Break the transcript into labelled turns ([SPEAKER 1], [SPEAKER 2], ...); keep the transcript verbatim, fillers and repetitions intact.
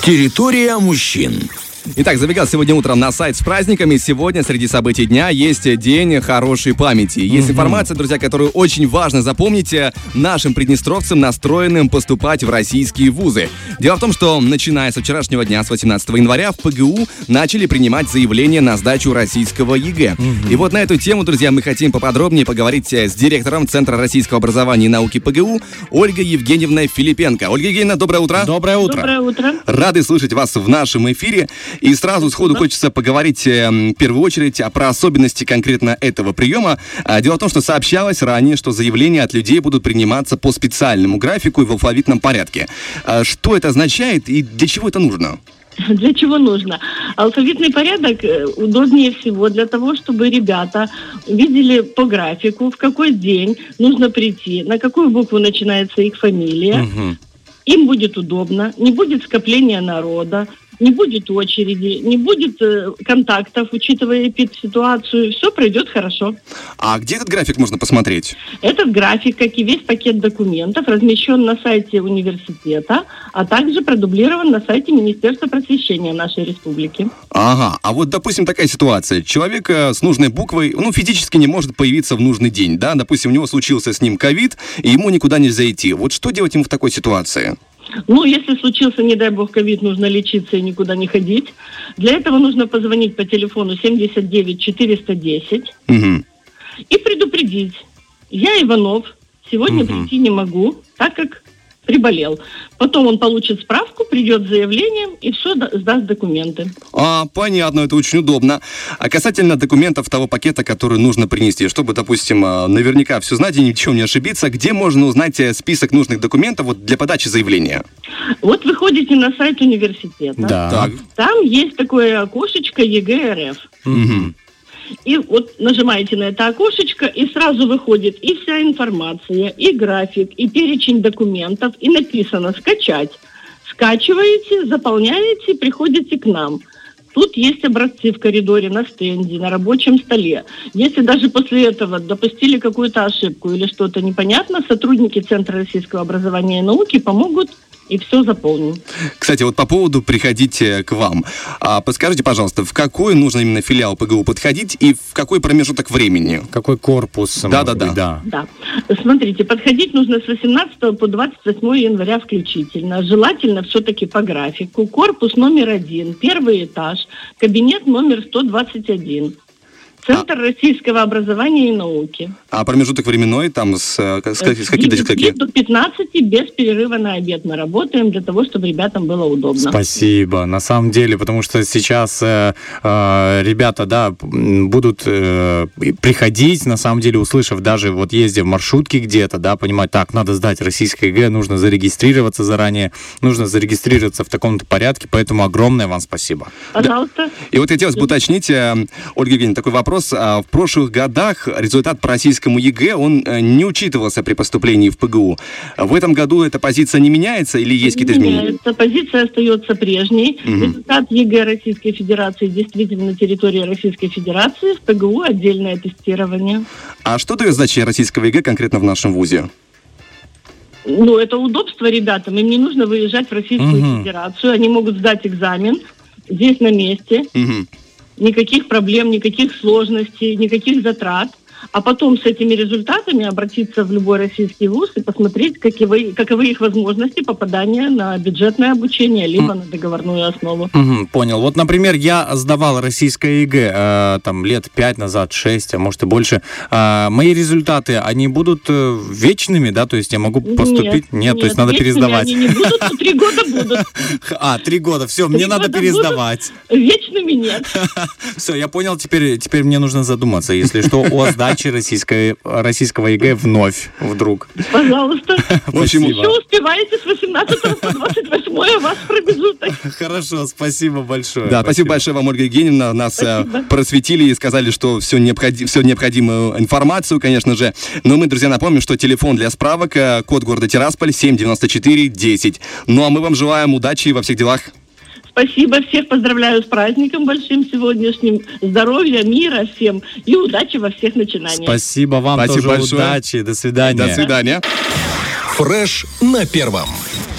[SPEAKER 1] Территория мужчин.
[SPEAKER 2] Итак, забегал сегодня утром на сайт с праздниками. Сегодня среди событий дня есть День хорошей памяти. Есть mm-hmm. информация, друзья, которую очень важно запомнить нашим приднестровцам, настроенным поступать в российские вузы. Дело в том, что начиная со вчерашнего дня, с восемнадцатого января, в ПГУ начали принимать заявления на сдачу российского ЕГЭ. Mm-hmm. И вот на эту тему, друзья, мы хотим поподробнее поговорить с директором Центра российского образования и науки ПГУ Ольгой Евгеньевной Филипенко. Ольга Евгеньевна, доброе утро.
[SPEAKER 3] Доброе утро.
[SPEAKER 4] Доброе утро.
[SPEAKER 2] Рады слышать вас в нашем эфире. И сразу сходу хочется поговорить э, в первую очередь а, про особенности конкретно этого приема. А, дело в том, что сообщалось ранее, что заявления от людей будут приниматься по специальному графику и в алфавитном порядке. А, что это означает и для чего это нужно?
[SPEAKER 4] Для чего нужно? Алфавитный порядок удобнее всего для того, чтобы ребята видели по графику, в какой день нужно прийти, на какую букву начинается их фамилия. Угу. Им будет удобно, не будет скопления народа, не будет очереди, не будет э, контактов, учитывая эпидситуацию, все пройдет хорошо.
[SPEAKER 2] А где этот график можно посмотреть?
[SPEAKER 4] Этот график, как и весь пакет документов, размещен на сайте университета, а также продублирован на сайте Министерства просвещения нашей республики.
[SPEAKER 2] Ага, а вот, допустим, такая ситуация. Человек э, с нужной буквой, ну, физически не может появиться в нужный день, да? Допустим, у него случился с ним ковид, и ему никуда нельзя идти. Вот что делать ему в такой ситуации?
[SPEAKER 4] Ну, если случился, не дай бог, ковид, нужно лечиться и никуда не ходить. Для этого нужно позвонить по телефону семьдесят девять четыреста десять угу. и предупредить. Я, Иванов, сегодня угу. прийти не могу, так как приболел. Потом он получит справку, придет с заявлением и все, сдаст документы.
[SPEAKER 2] А, понятно, это очень удобно. А касательно документов того пакета, который нужно принести, чтобы, допустим, наверняка все знать и ни в чем не ошибиться, где можно узнать список нужных документов вот, для подачи заявления?
[SPEAKER 4] Вот вы ходите на сайт университета.
[SPEAKER 3] Да.
[SPEAKER 2] Так.
[SPEAKER 4] Там есть такое окошечко ЕГЭ РФ.
[SPEAKER 2] Угу.
[SPEAKER 4] И вот нажимаете на это окошечко, и сразу выходит и вся информация, и график, и перечень документов, и написано «скачать». Скачиваете, заполняете, приходите к нам. Тут есть образцы в коридоре, на стенде, на рабочем столе. Если даже после этого допустили какую-то ошибку или что-то непонятно, сотрудники Центра российского образования и науки помогут и все заполним.
[SPEAKER 2] Кстати, вот по поводу «приходить к вам». А подскажите, пожалуйста, в какой нужно именно филиал ПГУ подходить и в какой промежуток времени?
[SPEAKER 3] Какой корпус?
[SPEAKER 2] Да-да-да.
[SPEAKER 4] Да. да. Смотрите, подходить нужно с восемнадцатого по двадцать восьмое января включительно. Желательно все-таки по графику. Корпус номер один, первый этаж, кабинет номер сто двадцать один. Центр а... российского образования и науки.
[SPEAKER 2] А промежуток временной там с, с, с каких до каких?
[SPEAKER 4] До пятнадцати без перерыва на обед мы работаем для того, чтобы ребятам было удобно.
[SPEAKER 3] Спасибо. На самом деле, потому что сейчас э, э, ребята, да, будут э, приходить, на самом деле, услышав даже вот ездя в маршрутке где-то, да, понимать, так, надо сдать российское ЕГЭ, нужно зарегистрироваться заранее, нужно зарегистрироваться в таком-то порядке, поэтому огромное вам спасибо.
[SPEAKER 4] Пожалуйста.
[SPEAKER 2] Да. И вот хотелось бы уточнить, э, Ольга Евгеньевна, такой вопрос. В прошлых годах результат по российскому ЕГЭ, он не учитывался при поступлении в ПГУ. В этом году эта позиция не меняется или есть какие-то изменения?
[SPEAKER 4] Меняется. Позиция остается прежней. Угу. Результат ЕГЭ Российской Федерации действительно на территории Российской Федерации. В ПГУ отдельное тестирование.
[SPEAKER 2] А что дает сдача российского ЕГЭ конкретно в нашем вузе?
[SPEAKER 4] Ну, это удобство ребятам. Им не нужно выезжать в Российскую угу. Федерацию. Они могут сдать экзамен здесь на месте. Угу. Никаких проблем, никаких сложностей, никаких затрат. А потом с этими результатами обратиться в любой российский вуз и посмотреть, каковы, каковы их возможности попадания на бюджетное обучение, либо mm. на договорную основу.
[SPEAKER 3] Mm-hmm, понял. Вот, например, я сдавал российское ЕГЭ э, там лет пять назад, шесть, а может и больше. Э, мои результаты, они будут э, вечными, да? То есть я могу поступить? Нет, нет, нет, то есть надо пересдавать.
[SPEAKER 4] Они не будут, но три года будут.
[SPEAKER 3] А, три года, все, мне надо пересдавать.
[SPEAKER 4] Вечными нет.
[SPEAKER 3] Все, я понял, теперь, теперь мне нужно задуматься, если что, о сдаче российской, российского ЕГЭ вновь, вдруг.
[SPEAKER 4] Пожалуйста.
[SPEAKER 2] В общем,
[SPEAKER 4] еще успеваете с восемнадцатого по двадцать восьмое вас пробежуток.
[SPEAKER 3] Хорошо, спасибо большое.
[SPEAKER 2] Да, спасибо, спасибо большое вам, Ольга Евгеньевна. Нас спасибо. просветили и сказали, что все, необходи, все необходимую информацию, конечно же. Но мы, друзья, напомним, что телефон для справок, код города Тирасполь семь девяносто четыре десять. Ну, а мы вам желаем удачи во всех делах.
[SPEAKER 4] Спасибо, всех поздравляю с праздником большим сегодняшним, здоровья, мира всем и удачи во всех начинаниях.
[SPEAKER 3] Спасибо вам,
[SPEAKER 2] Спасибо
[SPEAKER 3] тоже
[SPEAKER 2] большое.
[SPEAKER 3] Удачи, до свидания.
[SPEAKER 2] До свидания.
[SPEAKER 1] Фреш на первом.